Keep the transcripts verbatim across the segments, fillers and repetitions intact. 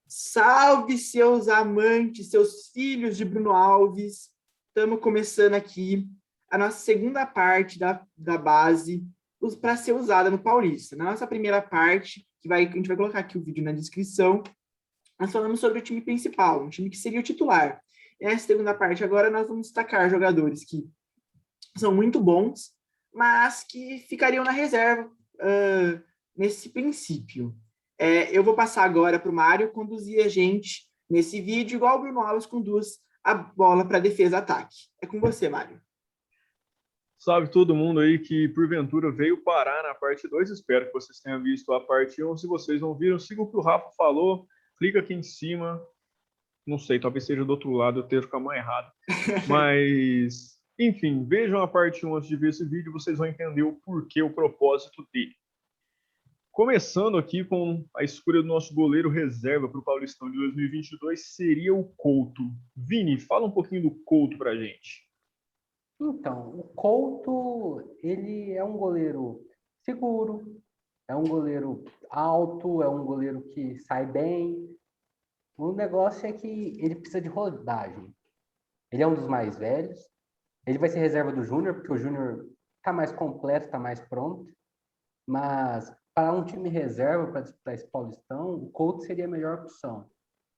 Salve, seus amantes, seus filhos de Bruno Alves. Estamos começando aqui a nossa segunda parte da, da base para ser usada no Paulista. Na nossa primeira parte, que vai, a gente vai colocar aqui o vídeo na descrição, nós falamos sobre o time principal, um time que seria o titular. E nessa segunda parte agora nós vamos destacar jogadores que são muito bons, mas que ficariam na reserva uh, nesse princípio. É, eu vou passar agora para o Mário conduzir a gente nesse vídeo, igual o Bruno Alves conduz a bola para defesa-ataque. É com você, Mário. Salve todo mundo aí que, porventura, veio parar na parte dois. Espero que vocês tenham visto a parte um. Se vocês não viram, siga o que o Rafa falou. Clica aqui em cima. Não sei, talvez seja do outro lado, eu esteja com a mão errada. Mas, enfim, vejam a parte um antes de ver esse vídeo. Vocês vão entender o porquê, o propósito dele. Começando aqui com a escolha do nosso goleiro reserva para o Paulistão de dois mil e vinte e dois, seria o Couto. Vini, fala um pouquinho do Couto para a gente. Então, o Couto, ele é um goleiro seguro, é um goleiro alto, é um goleiro que sai bem. O negócio é que ele precisa de rodagem. Ele é um dos mais velhos. Ele vai ser reserva do Júnior, porque o Júnior está mais completo, está mais pronto. Mas para um time reserva, para disputar esse Paulistão, o Couto seria a melhor opção.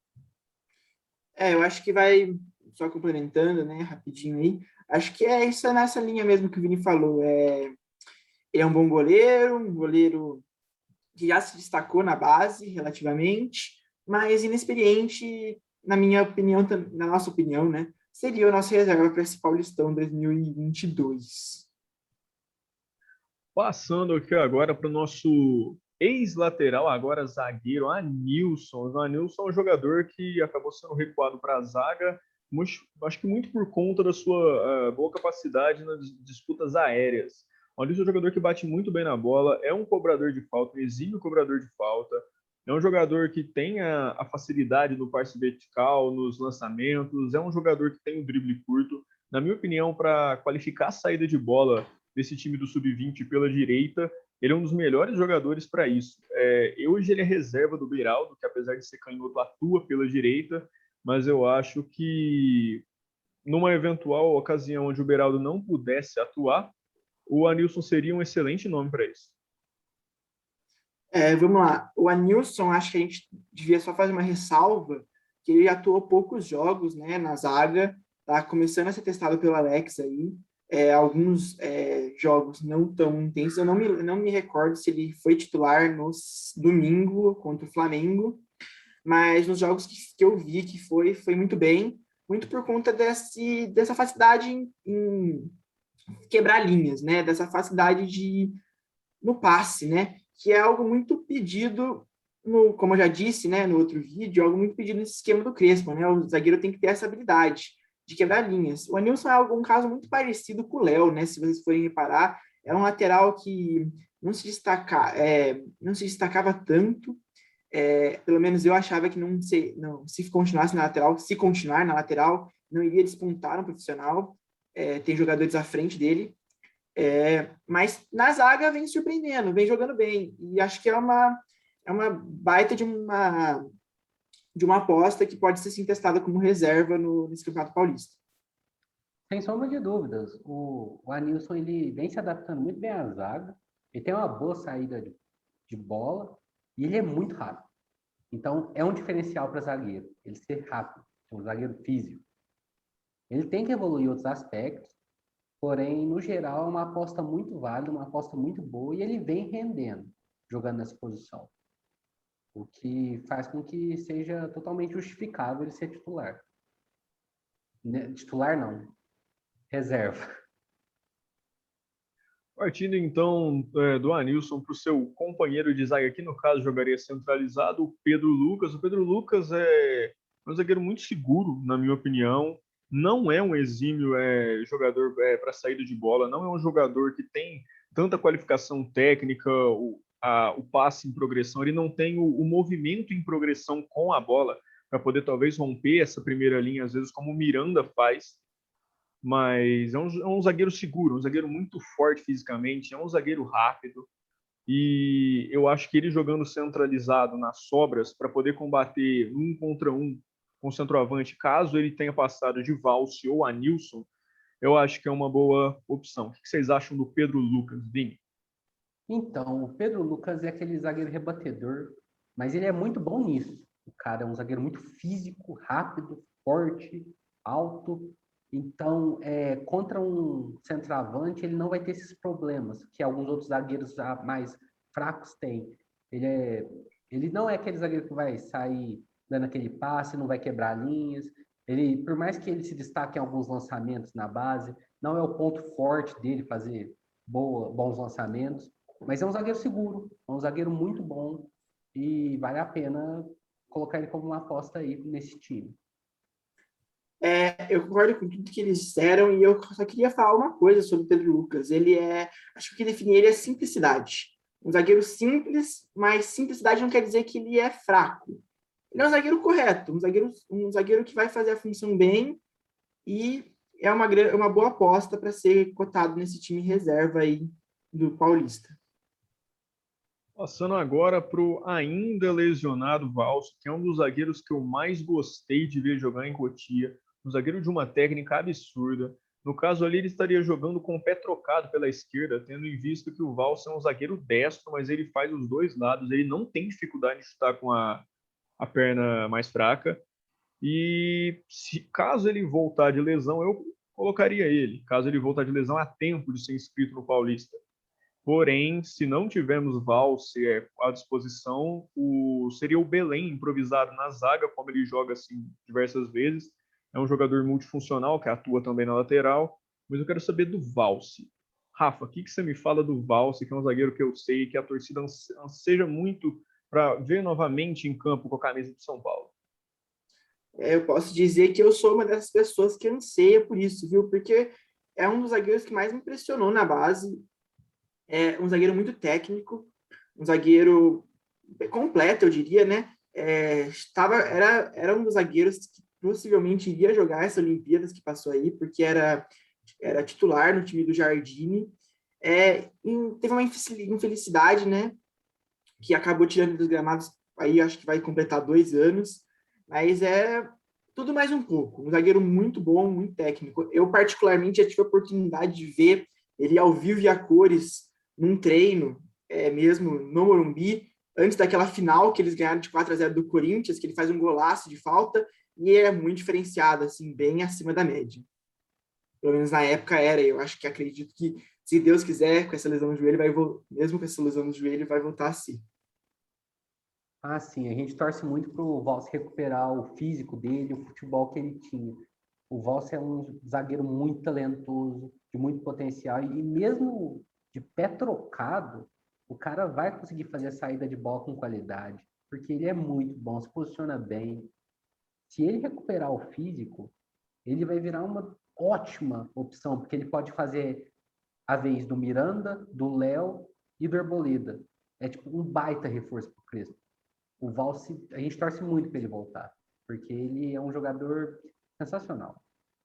É, eu acho que vai, só complementando, né, rapidinho aí, acho que é isso, é nessa linha mesmo que o Vini falou. É, ele é um bom goleiro, um goleiro que já se destacou na base relativamente, mas inexperiente, na minha opinião, na nossa opinião, né, seria o nosso reserva para esse Paulistão dois mil e vinte e dois. Passando aqui agora para o nosso ex-lateral, agora zagueiro, Anilson. O Anilson é um jogador que acabou sendo recuado para a zaga, acho que muito por conta da sua uh, boa capacidade nas disputas aéreas. O Anilson é um jogador que bate muito bem na bola, é um cobrador de falta, um exímio cobrador de falta, é um jogador que tem a, a facilidade no passe vertical, nos lançamentos, é um jogador que tem um drible curto. Na minha opinião, para qualificar a saída de bola desse time do sub vinte pela direita, ele é um dos melhores jogadores para isso. É, hoje ele é reserva do Beraldo, que apesar de ser canhoto, atua pela direita, mas eu acho que numa eventual ocasião onde o Beraldo não pudesse atuar, o Anilson seria um excelente nome para isso. É, vamos lá. O Anilson, acho que a gente devia só fazer uma ressalva, que ele atuou poucos jogos, né, na zaga, tá começando a ser testado pelo Alex aí. É, alguns é, jogos não tão intensos. Eu não me, não me recordo se ele foi titular no domingo contra o Flamengo, mas nos jogos que, que eu vi que foi, foi muito bem, muito por conta desse, dessa facilidade em, em quebrar linhas, né? Dessa facilidade de, no passe, né? Que é algo muito pedido, no, como eu já disse, né, no outro vídeo, algo muito pedido nesse esquema do Crespo, né? O zagueiro tem que ter essa habilidade de quebrar linhas. O Anilson é um caso muito parecido com o Léo, né? Se vocês forem reparar, é um lateral que não se, destaca, é, não se destacava tanto, é, pelo menos eu achava que não se, não, se continuasse na lateral, se continuar na lateral, não iria despontar no profissional, é, tem jogadores à frente dele, é, mas na zaga vem surpreendendo, vem jogando bem, e acho que é uma, é uma baita de uma de uma aposta que pode ser sim testada como reserva no, nesse Campeonato Paulista. Sem sombra de dúvidas, o, o Anilson ele vem se adaptando muito bem à zaga, ele tem uma boa saída de, de bola e ele é muito rápido. Então, é um diferencial para zagueiro, ele ser rápido, é um zagueiro físico. Ele tem que evoluir outros aspectos, porém, no geral, é uma aposta muito válida, uma aposta muito boa e ele vem rendendo, jogando nessa posição. O que faz com que seja totalmente justificável ele ser titular. Titular não, reserva. Partindo então é, do Anilson para o seu companheiro de zaga, aqui no caso jogaria centralizado, o Pedro Lucas. O Pedro Lucas é um zagueiro muito seguro, na minha opinião. Não é um exímio é, jogador é, para saída de bola, não é um jogador que tem tanta qualificação técnica, o, a, o passe em progressão, ele não tem o, o movimento em progressão com a bola para poder talvez romper essa primeira linha, às vezes como o Miranda faz. Mas é um, é um zagueiro seguro, um zagueiro muito forte fisicamente, é um zagueiro rápido e eu acho que ele jogando centralizado nas sobras para poder combater um contra um com o centroavante, caso ele tenha passado de Valse ou Anilson, eu acho que é uma boa opção. O que vocês acham do Pedro Lucas, Vini? Então, o Pedro Lucas é aquele zagueiro rebatedor, mas ele é muito bom nisso. O cara é um zagueiro muito físico, rápido, forte, alto. Então, é, contra um centroavante, ele não vai ter esses problemas que alguns outros zagueiros já mais fracos têm. Ele, é, ele não é aquele zagueiro que vai sair dando aquele passe, não vai quebrar linhas. Ele, por mais que ele se destaque em alguns lançamentos na base, não é o ponto forte dele fazer boa, bons lançamentos, mas é um zagueiro seguro, é um zagueiro muito bom e vale a pena colocar ele como uma aposta aí nesse time. É, eu concordo com tudo que eles disseram e eu só queria falar uma coisa sobre o Pedro Lucas. Ele é, acho que o que define ele é simplicidade. Um zagueiro simples, mas simplicidade não quer dizer que ele é fraco. Ele é um zagueiro correto, um zagueiro, um zagueiro que vai fazer a função bem e é uma, uma boa aposta para ser cotado nesse time reserva aí do Paulista. Passando agora para o ainda lesionado Valso, que é um dos zagueiros que eu mais gostei de ver jogar em Cotia, um zagueiro de uma técnica absurda. No caso ali, ele estaria jogando com o pé trocado pela esquerda, tendo em vista que o Valso é um zagueiro destro, mas ele faz os dois lados, ele não tem dificuldade de chutar com a, a perna mais fraca. E se, caso ele voltar de lesão, eu colocaria ele. Caso ele voltar de lesão, há tempo de ser inscrito no Paulista. Porém, se não tivermos Valse à disposição, o, seria o Belém improvisado na zaga, como ele joga assim diversas vezes. É um jogador multifuncional que atua também na lateral. Mas eu quero saber do Valse. Rafa, o que, que você me fala do Valse, que é um zagueiro que eu sei que a torcida anseja muito para ver novamente em campo com a camisa de São Paulo? É, eu posso dizer que eu sou uma dessas pessoas que anseia por isso, viu? Porque é um dos zagueiros que mais me impressionou na base. É um zagueiro muito técnico, um zagueiro completo, eu diria, né? É, estava, era, era um dos zagueiros que possivelmente iria jogar essa Olimpíadas que passou aí, porque era, era titular no time do Jardine. É, teve uma infelicidade, né? Que acabou tirando dos gramados, aí acho que vai completar dois anos, mas é tudo mais um pouco. Um zagueiro muito bom, muito técnico. Eu, particularmente, já tive a oportunidade de ver ele ao vivo e a cores num treino, é, mesmo no Morumbi, antes daquela final que eles ganharam de quatro a zero do Corinthians, que ele faz um golaço de falta, e é muito diferenciado, assim, bem acima da média. Pelo menos na época era. Eu acho que acredito que, se Deus quiser, com essa lesão no joelho, vai, mesmo com essa lesão no joelho, vai voltar a si. Ah, sim, a gente torce muito para o Valse recuperar o físico dele, o futebol que ele tinha. O Valse é um zagueiro muito talentoso, de muito potencial, e mesmo de pé trocado, o cara vai conseguir fazer a saída de bola com qualidade, porque ele é muito bom, se posiciona bem. Se ele recuperar o físico, ele vai virar uma ótima opção, porque ele pode fazer a vez do Miranda, do Léo e do Arboleda. É tipo um baita reforço para o Crespo. O Valse, a gente torce muito para ele voltar, porque ele é um jogador sensacional.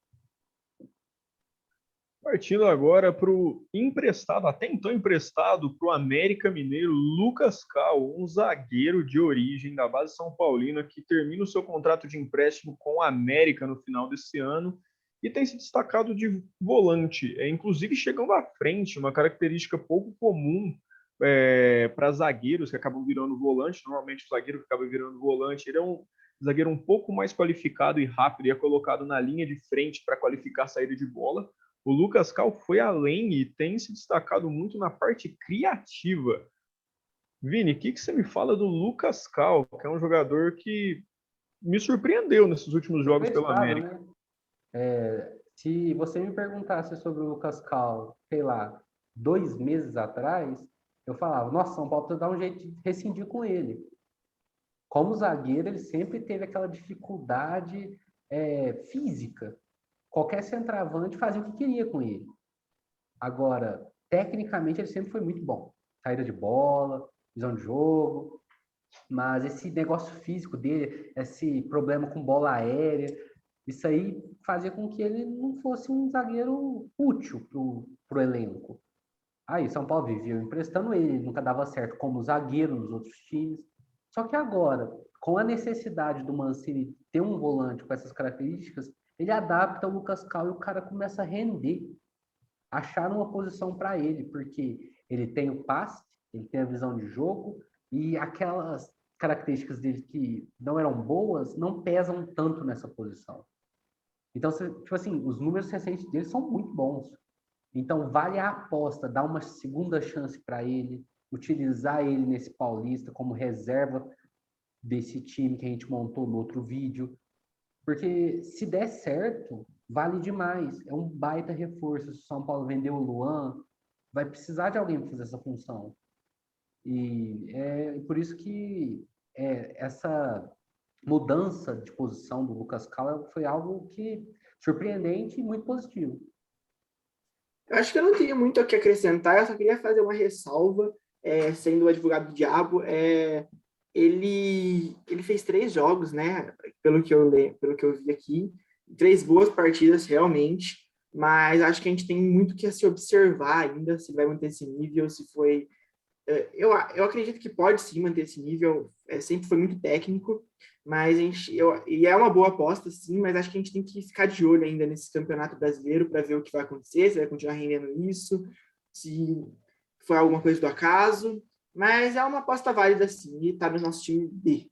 Partindo agora para o emprestado, até então emprestado para o América Mineiro, Lucas Cal, um zagueiro de origem da base São Paulina, que termina o seu contrato de empréstimo com o América no final desse ano e tem se destacado de volante, é, inclusive chegando à frente, uma característica pouco comum é, para zagueiros que acabam virando volante. Normalmente o zagueiro que acaba virando volante, ele é um zagueiro um pouco mais qualificado e rápido e é colocado na linha de frente para qualificar a saída de bola. O Lucas Cal foi além e tem se destacado muito na parte criativa. Vini, o que, que você me fala do Lucas Cal, que é um jogador que me surpreendeu nesses últimos jogos pela América? Né? É, se você me perguntasse sobre o Lucas Cal, sei lá, dois meses atrás, eu falava, nossa, São Paulo precisa dar um jeito de rescindir com ele. Como zagueiro, ele sempre teve aquela dificuldade é, física. Qualquer centroavante fazia o que queria com ele. Agora, tecnicamente, ele sempre foi muito bom. Saída de bola, visão de jogo. Mas esse negócio físico dele, esse problema com bola aérea, isso aí fazia com que ele não fosse um zagueiro útil pro, pro elenco. Aí São Paulo vivia emprestando ele, ele nunca dava certo como zagueiro nos outros times. Só que agora, com a necessidade do Mancini ter um volante com essas características, ele adapta o Lucas Cal e o cara começa a render, achar uma posição para ele, porque ele tem o passe, ele tem a visão de jogo e aquelas características dele que não eram boas não pesam tanto nessa posição. Então, tipo assim, os números recentes dele são muito bons. Então, vale a aposta, dar uma segunda chance para ele, utilizar ele nesse Paulista como reserva desse time que a gente montou no outro vídeo. Porque se der certo, vale demais. É um baita reforço. Se o São Paulo vender o Luan, vai precisar de alguém para fazer essa função. E é por isso que é, essa mudança de posição do Lucas Cal foi algo que surpreendente e muito positivo. Eu acho que eu não tenho muito o que acrescentar, eu só queria fazer uma ressalva, é, sendo o advogado do diabo, é, ele, ele fez três jogos, né, pelo que eu le, pelo que eu vi aqui, três boas partidas realmente, mas acho que a gente tem muito que se observar ainda, se vai manter esse nível, se foi... Eu, eu acredito que pode sim manter esse nível, é, sempre foi muito técnico, mas a gente, eu, e é uma boa aposta, sim, mas acho que a gente tem que ficar de olho ainda nesse campeonato brasileiro para ver o que vai acontecer, se vai continuar rendendo isso, se foi alguma coisa do acaso, mas é uma aposta válida, sim, e está no nosso time B.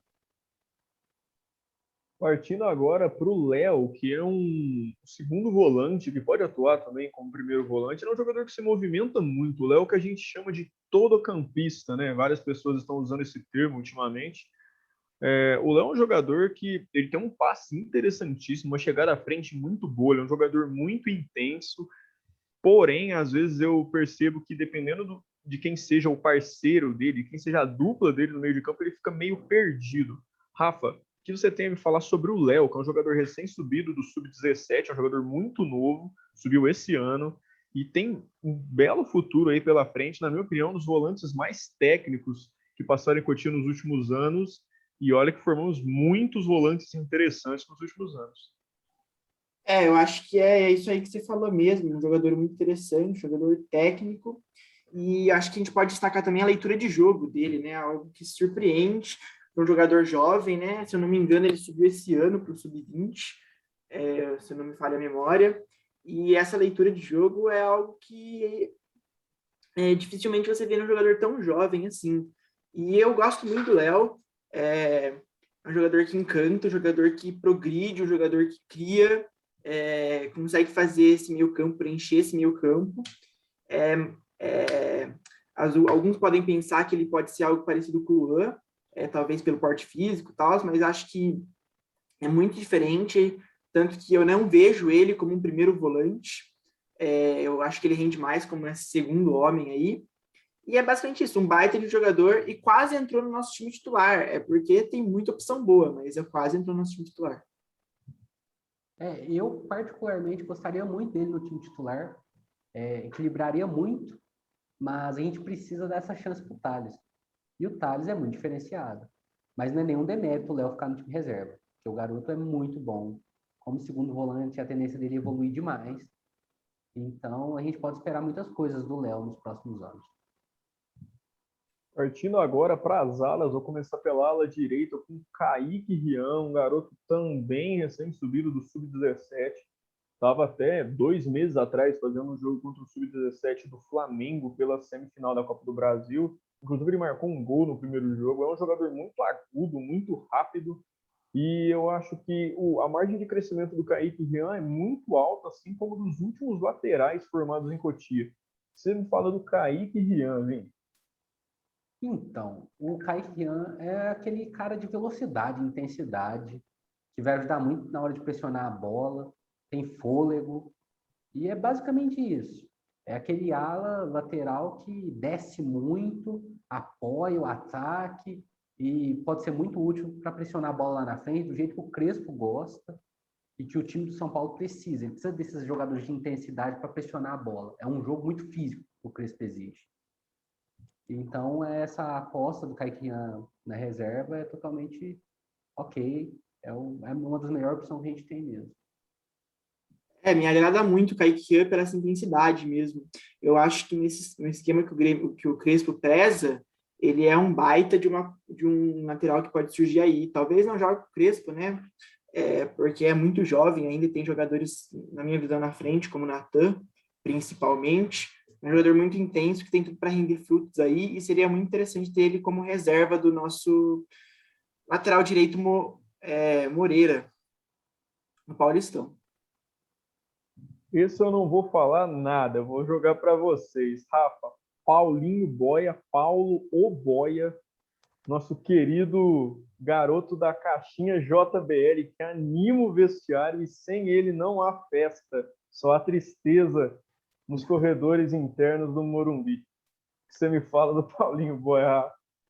Partindo agora para o Léo, que é um segundo volante, que pode atuar também como primeiro volante, ele é um jogador que se movimenta muito. O Léo que a gente chama de todocampista, né? Várias pessoas estão usando esse termo ultimamente. É, o Léo é um jogador que ele tem um passe interessantíssimo, uma chegada à frente muito boa, ele é um jogador muito intenso, porém, às vezes eu percebo que dependendo do, de quem seja o parceiro dele, quem seja a dupla dele no meio de campo, ele fica meio perdido. Rafa, o que você tem a me falar sobre o Léo, que é um jogador recém-subido do sub dezessete, é um jogador muito novo, subiu esse ano, e tem um belo futuro aí pela frente, na minha opinião, um dos volantes mais técnicos que passaram em Cotia nos últimos anos, e olha que formamos muitos volantes interessantes nos últimos anos. É, eu acho que é isso aí que você falou mesmo, um jogador muito interessante, um jogador técnico, e acho que a gente pode destacar também a leitura de jogo dele, né? Algo que surpreende para um jogador jovem, né? Se eu não me engano, ele subiu esse ano para o sub vinte, é, se eu não me falha a memória. E essa leitura de jogo é algo que é, dificilmente você vê num jogador tão jovem assim. E eu gosto muito do Léo, é um jogador que encanta, um jogador que progride, um jogador que cria, é, consegue fazer esse meio campo, preencher esse meio campo. É, é, as, alguns podem pensar que ele pode ser algo parecido com o Luan, é, talvez pelo porte físico e tal, mas acho que é muito diferente, tanto que eu não vejo ele como um primeiro volante, é, eu acho que ele rende mais como esse segundo homem aí, e é basicamente isso, um baita de jogador e quase entrou no nosso time titular, é porque tem muita opção boa, mas é quase entrou no nosso time titular. É, eu particularmente gostaria muito dele no time titular, é, equilibraria muito, mas a gente precisa dessa chance pro Thales. E o Thales é muito diferenciado. Mas não é nenhum demérito o Léo ficar no time reserva, porque o garoto é muito bom. Como segundo volante, a tendência dele é evoluir demais. Então, a gente pode esperar muitas coisas do Léo nos próximos anos. Partindo agora para as alas, vou começar pela ala direita com Kaique Rian, um garoto também recém-subido do sub dezessete. Estava até dois meses atrás fazendo um jogo contra o sub dezessete do Flamengo pela semifinal da Copa do Brasil. Inclusive, ele marcou um gol no primeiro jogo. É um jogador muito agudo, muito rápido. E eu acho que o, a margem de crescimento do Kaique Rian é muito alta, assim como dos últimos laterais formados em Cotia. Você me fala do Kaique Rian, hein? Então, o Kaique Rian é aquele cara de velocidade, intensidade, que vai ajudar muito na hora de pressionar a bola, tem fôlego, e é basicamente isso. É aquele ala lateral que desce muito, apoia o ataque e pode ser muito útil para pressionar a bola lá na frente, do jeito que o Crespo gosta e que o time do São Paulo precisa. Ele precisa desses jogadores de intensidade para pressionar a bola. É um jogo muito físico que o Crespo exige. Então, essa aposta do Kaique na reserva é totalmente ok. É, um, é uma das melhores opções que a gente tem mesmo. É, me agrada muito o Kaique Ian pela simplicidade mesmo. Eu acho que nesse, no esquema que o, Grêmio, que o Crespo preza, ele é um baita de, uma, de um lateral que pode surgir aí. Talvez não jogue com o Crespo, né? É, porque é muito jovem ainda, tem jogadores, na minha visão, na frente, como o Natan, principalmente. É um jogador muito intenso, que tem tudo para render frutos aí, e seria muito interessante ter ele como reserva do nosso lateral direito Mo, é, Moreira, no Paulistão. Esse eu não vou falar nada, eu vou jogar para vocês. Rafa, Paulinho Boia, Paulo O Boia, nosso querido garoto da caixinha J B L, que anima o vestiário e sem ele não há festa, só há tristeza nos corredores internos do Morumbi. O que você me fala do Paulinho Boia?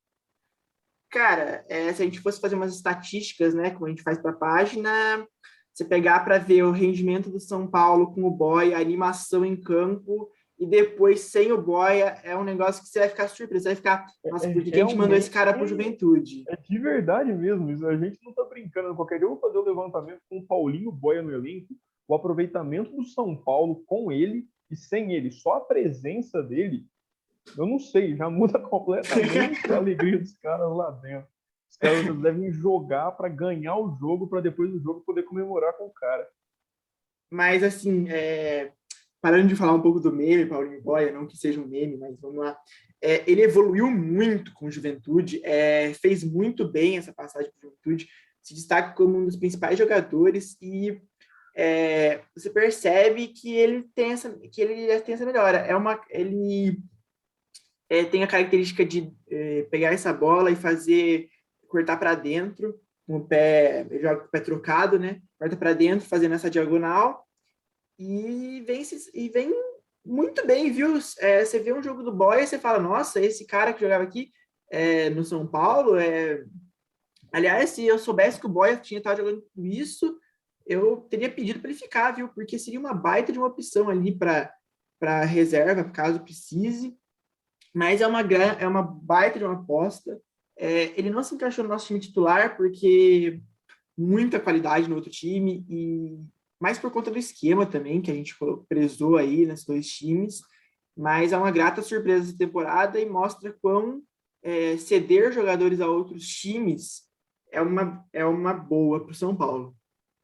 Cara, é, se a gente fosse fazer umas estatísticas, né, como a gente faz para a página, você pegar para ver o rendimento do São Paulo com o Boia, a animação em campo, e depois sem o Boia, é um negócio que você vai ficar surpreso, você vai ficar, nossa, É, por que que a gente mandou esse cara para o realmente Juventude? é de verdade mesmo. Isso, a gente não está brincando. Qualquer dia eu vou fazer o levantamento com o Paulinho Boia no elenco, o aproveitamento do São Paulo com ele e sem ele. Só a presença dele, eu não sei, já muda completamente a alegria dos caras lá dentro. Os caras devem jogar para ganhar o jogo, para depois do jogo poder comemorar com o cara. Mas, assim, é, parando de falar um pouco do meme, Paulinho Boia, não que seja um meme, mas vamos lá. É, ele evoluiu muito com o Juventude, é, fez muito bem essa passagem para o Juventude, se destaca como um dos principais jogadores e é, você percebe que ele tem essa, que ele tem essa melhora. É uma, ele é, tem a característica de é, pegar essa bola e fazer cortar para dentro, com o pé, ele joga com o pé trocado, né? Corta para dentro, fazendo essa diagonal e vem, e vem muito bem, viu? É, você vê um jogo do Boia e você fala, nossa, esse cara que jogava aqui é, no São Paulo, é... aliás, se eu soubesse que o Boia tinha estado jogando tudo isso, eu teria pedido para ele ficar, viu? Porque seria uma baita de uma opção ali para para reserva, caso precise. Mas é uma, é uma baita de uma aposta. É, ele não se encaixou no nosso time titular porque muita qualidade no outro time e mais por conta do esquema também que a gente prezou aí nesses dois times, mas é uma grata surpresa essa temporada e mostra quão é, ceder jogadores a outros times é uma, é uma boa para o São Paulo.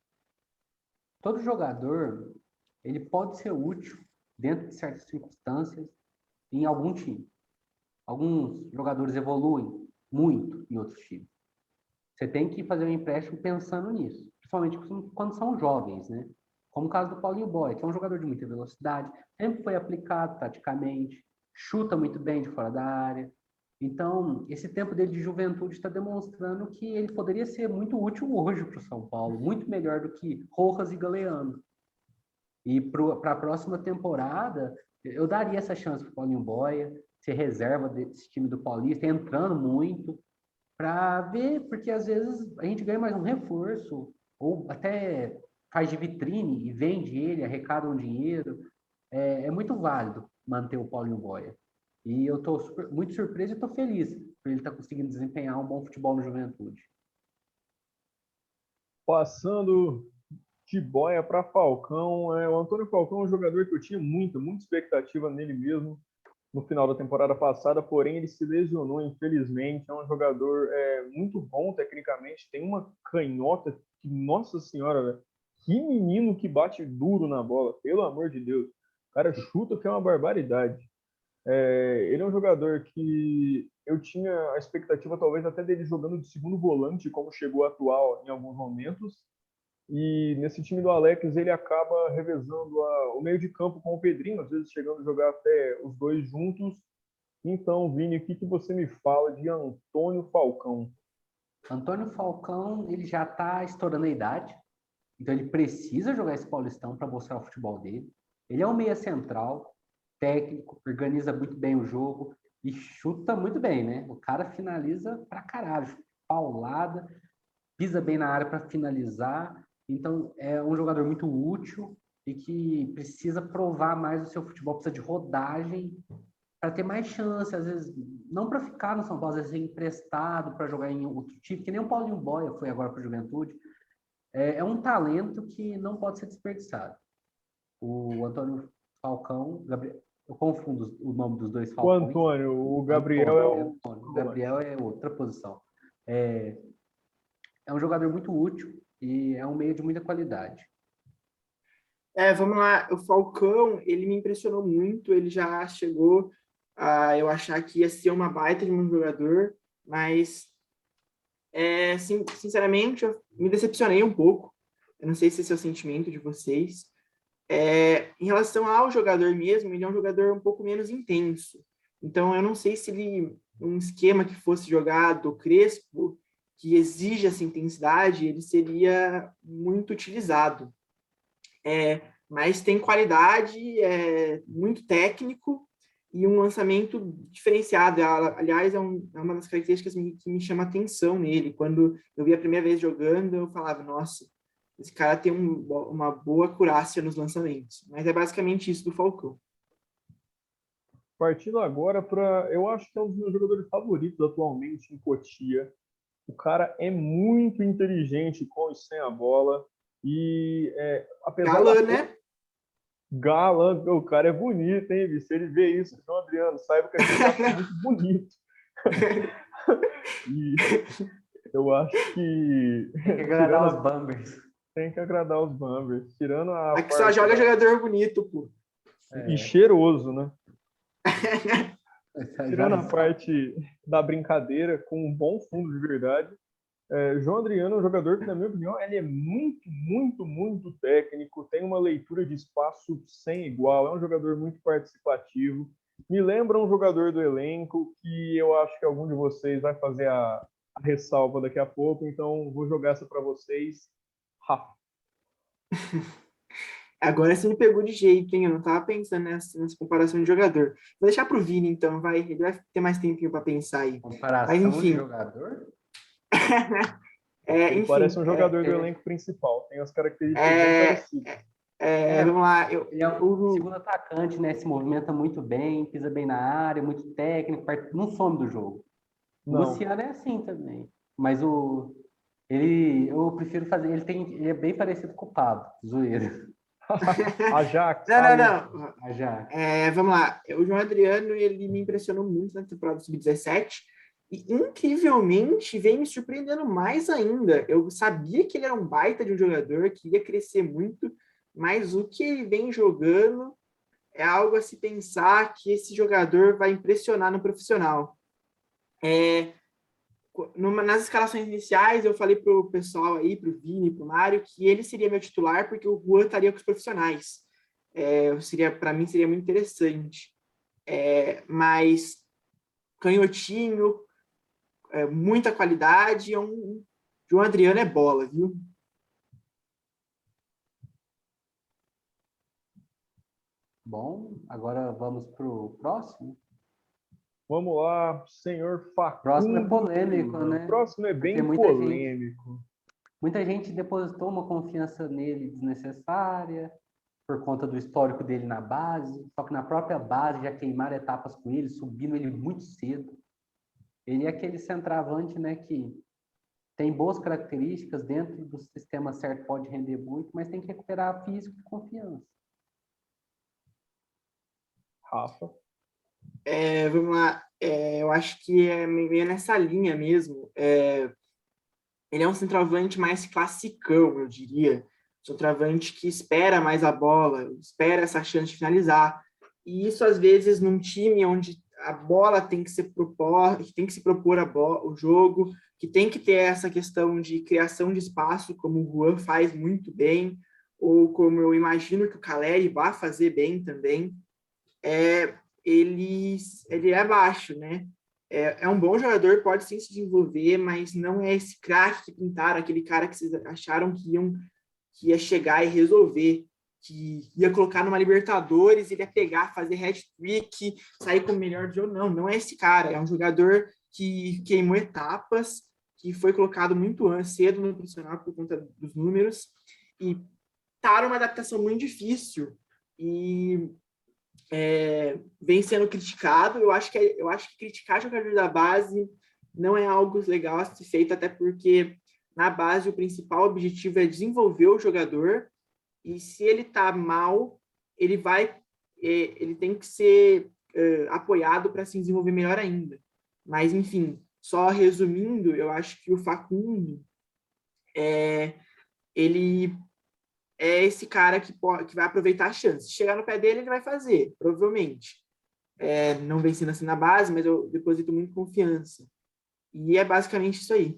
Todo jogador, ele pode ser útil dentro de certas circunstâncias em algum time. Alguns jogadores evoluem muito em outros times. Você tem que fazer um empréstimo pensando nisso, principalmente quando são jovens, né? Como o caso do Paulinho Boia, que é um jogador de muita velocidade, sempre foi aplicado taticamente, chuta muito bem de fora da área. Então, esse tempo dele de juventude está demonstrando que ele poderia ser muito útil hoje para o São Paulo, muito melhor do que Rojas e Galeano. E para a próxima temporada, eu daria essa chance para o Paulinho Boia, ser reserva desse time do Paulista, entrando muito, para ver, porque às vezes a gente ganha mais um reforço, ou até faz de vitrine e vende ele, arrecada um dinheiro. É, é muito válido manter o Paulinho Boia. E eu estou muito surpreso e estou feliz por ele estar tá conseguindo desempenhar um bom futebol no Juventude. Passando de Boia para Falcão, é, o Antônio Falcão é um jogador que eu tinha muita, muita expectativa nele mesmo no final da temporada passada, porém ele se lesionou, infelizmente. É um jogador é, muito bom tecnicamente, tem uma canhota que, nossa senhora, velho, que menino que bate duro na bola, pelo amor de Deus. O cara chuta que é uma barbaridade. É, ele é um jogador que eu tinha a expectativa talvez até dele jogando de segundo volante, como chegou a atuar em alguns momentos, e nesse time do Alex, ele acaba revezando a, o meio de campo com o Pedrinho, às vezes chegando a jogar até os dois juntos. Então, Vini, o que, que você me fala de Antônio Falcão? Antônio Falcão, ele já está estourando a idade, então ele precisa jogar esse Paulistão para mostrar o futebol dele. Ele é um meia central, técnico, organiza muito bem o jogo e chuta muito bem, né? O cara finaliza pra caralho, paulada, pisa bem na área para finalizar. Então, é um jogador muito útil e que precisa provar mais o seu futebol, precisa de rodagem para ter mais chance, às vezes, não para ficar no São Paulo, às vezes ser emprestado para jogar em outro time, que nem o Paulinho Boia foi agora para o Juventude. É, é um talento que não pode ser desperdiçado. O Antônio Falcão, Gabriel, eu confundo o nome dos dois O Falcões. Antônio, o Gabriel é o... Antônio, o Gabriel é outra posição. É, é um jogador muito útil e é um meio de muita qualidade. É, vamos lá, o Falcão, ele me impressionou muito, ele já chegou a eu achar que ia ser uma baita de um jogador, mas, é, sim, sinceramente, eu me decepcionei um pouco. Eu não sei se esse é o sentimento de vocês. É, em relação ao jogador mesmo, ele é um jogador um pouco menos intenso. Então, eu não sei se ele, um esquema que fosse jogado crespo, que exige essa intensidade, ele seria muito utilizado. É, mas tem qualidade, é muito técnico e um lançamento diferenciado. Aliás, é, um, é uma das características que me chama atenção nele. Quando eu vi a primeira vez jogando, eu falava, nossa, esse cara tem um, uma boa acurácia nos lançamentos. Mas é basicamente isso do Falcão. Partindo agora para... Eu acho que é um dos meus jogadores favoritos atualmente em Cotia. O cara é muito inteligente com e sem a bola. E é, apesar Galã, da... né? Galã, o cara é bonito, hein, se ele vê isso, João Adriano, saiba que a gente tá muito bonito. E eu acho que... Tem que agradar os Bambers. Tem que agradar os Bambers. Tirando a Aqui só joga da... jogador bonito, pô. E é. cheiroso, né? Essa Tirando a parte da brincadeira, com um bom fundo de verdade, é, João Adriano é um jogador que, na minha opinião, ele é muito, muito, muito técnico, tem uma leitura de espaço sem igual, é um jogador muito participativo. Me lembra um jogador do elenco que eu acho que algum de vocês vai fazer a, a ressalva daqui a pouco, então vou jogar essa para vocês. Rafa. Agora você me pegou de jeito, hein? Eu não estava pensando nessa, nessa comparação de jogador. Vou deixar para o Vini, então, vai. Ele vai ter mais tempinho para pensar aí. Comparação Mas, enfim. de jogador? é, Ele enfim, parece um jogador é, do é, elenco principal, tem as características é, bem parecidas. É, é, vamos lá. Eu, ele é um segundo atacante, né? Se movimenta muito bem, pisa bem na área, muito técnico, não some do jogo. O Não. Luciano é assim também. Mas o... Ele, eu prefiro fazer... Ele, tem, ele é bem parecido com o Pablo, zoeira. Ajax. Não, não, não. Ajax. É, vamos lá. O João Adriano, ele me impressionou muito na temporada sub dezessete e, incrivelmente, vem me surpreendendo mais ainda. Eu sabia que ele era um baita de um jogador, que ia crescer muito, mas o que ele vem jogando é algo a se pensar que esse jogador vai impressionar no profissional. É, numa, nas escalações iniciais, eu falei para o pessoal aí, para o Vini, para o Mário, que ele seria meu titular porque o Juan estaria com os profissionais. É, seria, para mim, seria muito interessante. É, mas canhotinho, é, muita qualidade, é um, João Adriano é bola, viu? Bom, agora vamos para o próximo. Vamos lá, senhor Facundo. Próximo é polêmico, né? O próximo é bem muita polêmico. Gente, muita gente depositou uma confiança nele desnecessária por conta do histórico dele na base, só que na própria base já queimaram etapas com ele, subindo ele muito cedo. Ele é aquele centroavante, né, que tem boas características, dentro do sistema certo pode render muito, mas tem que recuperar físico e confiança. Rafa. É, vamos lá, é, eu acho que é meio nessa linha mesmo. É, ele é um centroavante mais classicão, eu diria. Centroavante que espera mais a bola, espera essa chance de finalizar. E isso, às vezes, num time onde a bola tem que, ser propor, tem que se propor a bola, o jogo, que tem que ter essa questão de criação de espaço, como o Juan faz muito bem, ou como eu imagino que o Caleri vai fazer bem também. É, ele, ele é baixo, né? É, é um bom jogador, pode sim se desenvolver, mas não é esse craque que pintaram, aquele cara que vocês acharam que, iam, que ia chegar e resolver, que ia colocar numa Libertadores, ele ia pegar, fazer hat-trick, sair com o melhor do jogo. Não, não é esse cara. É um jogador que queimou etapas, que foi colocado muito antes, cedo no profissional por conta dos números, e tá numa adaptação muito difícil. E É, vem sendo criticado. Eu acho que eu acho que criticar jogador da base não é algo legal a ser feito, até porque na base o principal objetivo é desenvolver o jogador, e se ele tá mal, ele vai, é, ele tem que ser é, apoiado para se desenvolver melhor ainda. Mas, enfim, só resumindo, eu acho que o Facundo, é, ele é esse cara que, pode, que vai aproveitar a chance. Se chegar no pé dele, ele vai fazer, provavelmente. É, não vencendo assim na base, mas eu deposito muito confiança. E é basicamente isso aí.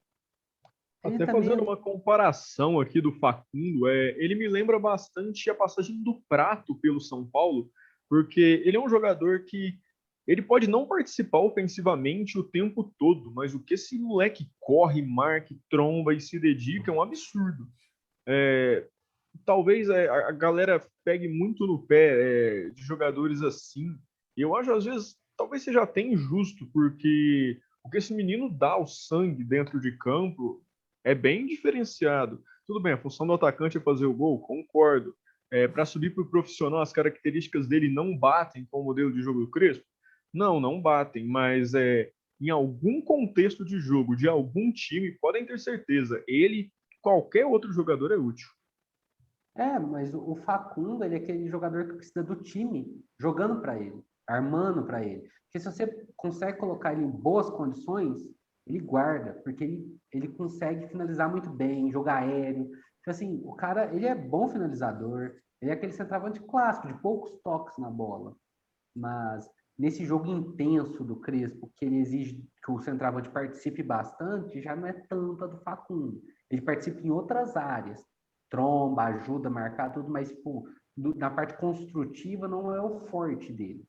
Até fazendo uma comparação aqui do Facundo, é, ele me lembra bastante a passagem do Prato pelo São Paulo, porque ele é um jogador que ele pode não participar ofensivamente o tempo todo, mas o que esse moleque corre, marca, tromba e se dedica é um absurdo. É, talvez a galera pegue muito no pé é, de jogadores assim. E eu acho, às vezes, talvez seja até injusto, porque o que esse menino dá ao sangue dentro de campo é bem diferenciado. Tudo bem, a função do atacante é fazer o gol, concordo. É, para subir para o profissional, as características dele não batem com o modelo de jogo do Crespo? Não, não batem, mas é, em algum contexto de jogo, de algum time, podem ter certeza, ele, qualquer outro jogador é útil. É, mas o Facundo, ele é aquele jogador que precisa do time jogando para ele, armando para ele. Porque se você consegue colocar ele em boas condições, ele guarda, porque ele, ele consegue finalizar muito bem, jogar aéreo. Então, assim, o cara, ele é bom finalizador, ele é aquele centroavante clássico, de poucos toques na bola. Mas nesse jogo intenso do Crespo, que ele exige que o centroavante participe bastante, já não é tanta do Facundo. Ele participa em outras áreas. Tromba, ajuda a marcar tudo, mas tipo, do, na parte construtiva não é o forte dele.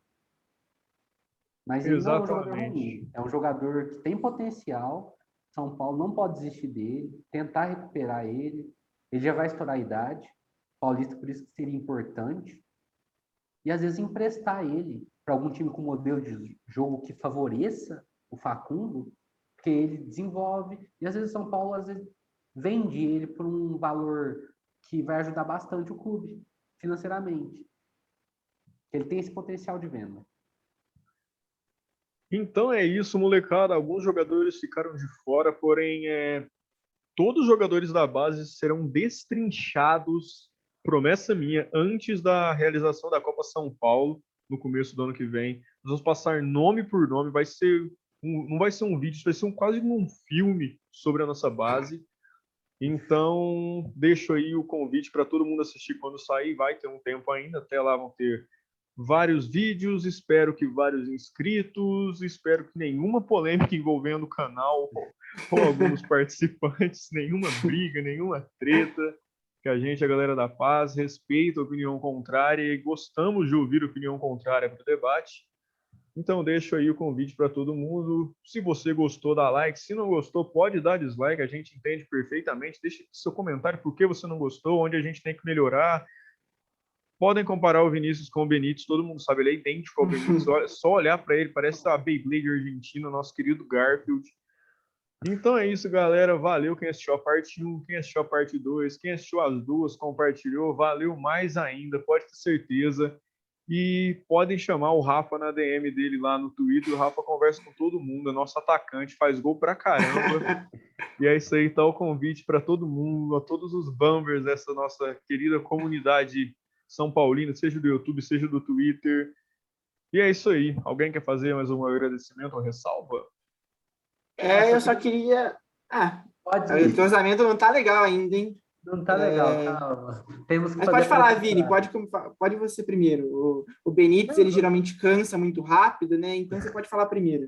Mas ele não é um jogador ruim, é um jogador que tem potencial. São Paulo não pode desistir dele, tentar recuperar ele. Ele já vai estourar a idade. Paulista, por isso que seria importante. E às vezes emprestar ele para algum time com modelo de jogo que favoreça o Facundo, porque ele desenvolve. E às vezes o São Paulo às vezes vende ele por um valor que vai ajudar bastante o clube financeiramente. Ele tem esse potencial de venda. Então é isso, molecada. Alguns jogadores ficaram de fora, porém é, todos os jogadores da base serão destrinchados, promessa minha, antes da realização da Copa São Paulo, no começo do ano que vem. Nós vamos passar nome por nome, vai ser um, não vai ser um vídeo, vai ser um, quase um filme sobre a nossa base. Então, deixo aí o convite para todo mundo assistir quando sair. Vai ter um tempo ainda, até lá vão ter vários vídeos, espero que vários inscritos, espero que nenhuma polêmica envolvendo o canal ou alguns participantes, nenhuma briga, nenhuma treta, que a gente, a galera da paz, respeita a opinião contrária e gostamos de ouvir a opinião contrária para o debate. Então, deixo aí o convite para todo mundo. Se você gostou, dá like. Se não gostou, pode dar dislike. A gente entende perfeitamente. Deixe seu comentário por que você não gostou, onde a gente tem que melhorar. Podem comparar o Vinícius com o Benítez. Todo mundo sabe, ele é idêntico ao Benítez. Olha, só olhar para ele, parece a Beyblade argentina, nosso querido Garfield. Então é isso, galera. Valeu quem assistiu a parte um, quem assistiu a parte dois, quem assistiu as duas, compartilhou. Valeu mais ainda, pode ter certeza. E podem chamar o Rafa na D M dele lá no Twitter. O Rafa conversa com todo mundo, é nosso atacante, faz gol pra caramba. E é isso aí, tá o convite para todo mundo, a todos os Bambers dessa nossa querida comunidade São Paulina, seja do YouTube, seja do Twitter. E é isso aí. Alguém quer fazer mais um agradecimento ou ressalva? É, eu só queria... Ah, pode o entrosamento não tá legal ainda, hein? Não tá legal, é... calma. Temos que Mas pode falar, Vini, pode, pode você primeiro. O, o Benítez, ele geralmente cansa muito rápido, né? Então você pode falar primeiro.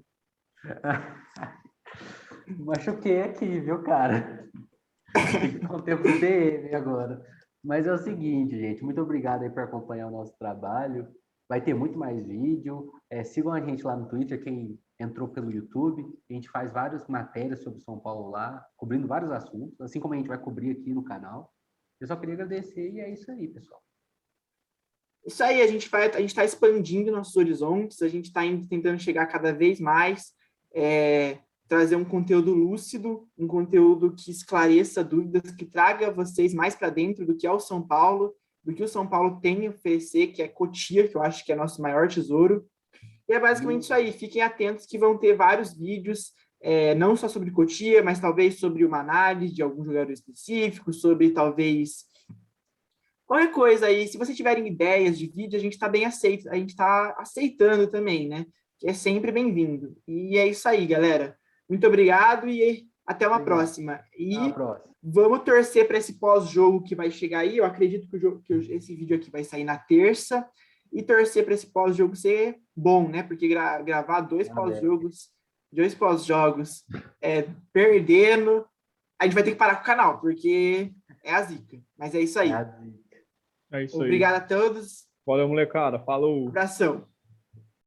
Machuquei aqui, viu, cara? Tem que conter o D M agora. Mas é o seguinte, gente, muito obrigado aí por acompanhar o nosso trabalho. Vai ter muito mais vídeo. É, sigam a gente lá no Twitter, quem entrou pelo YouTube. A gente faz várias matérias sobre São Paulo lá, cobrindo vários assuntos, assim como a gente vai cobrir aqui no canal. Eu só queria agradecer e é isso aí, pessoal. Isso aí, a gente vai, a gente está expandindo nossos horizontes, a gente está tentando chegar cada vez mais, é, trazer um conteúdo lúcido, um conteúdo que esclareça dúvidas, que traga vocês mais para dentro do que é o São Paulo, do que o São Paulo tem a oferecer, que é Cotia, que eu acho que é nosso maior tesouro. E é basicamente isso aí, fiquem atentos que vão ter vários vídeos, é, não só sobre Cotia, mas talvez sobre uma análise de algum jogador específico, sobre talvez Qualquer coisa aí, se vocês tiverem ideias de vídeo, a gente está bem aceito, a gente está aceitando também, né? Que é sempre bem-vindo. E é isso aí, galera. Muito obrigado e até uma Obrigado. próxima. E Até a próxima. vamos torcer para esse pós-jogo que vai chegar aí. Eu acredito que, o jogo, que esse vídeo aqui vai sair na terça. E torcer para esse pós-jogo ser bom, né? Porque gra gravar dois pós-jogos, dois pós-jogos é, perdendo, a gente vai ter que parar com o canal, porque é a zica. Mas é isso aí. É a zica. É isso Obrigado aí. a todos. Valeu, molecada. Falou. Abração.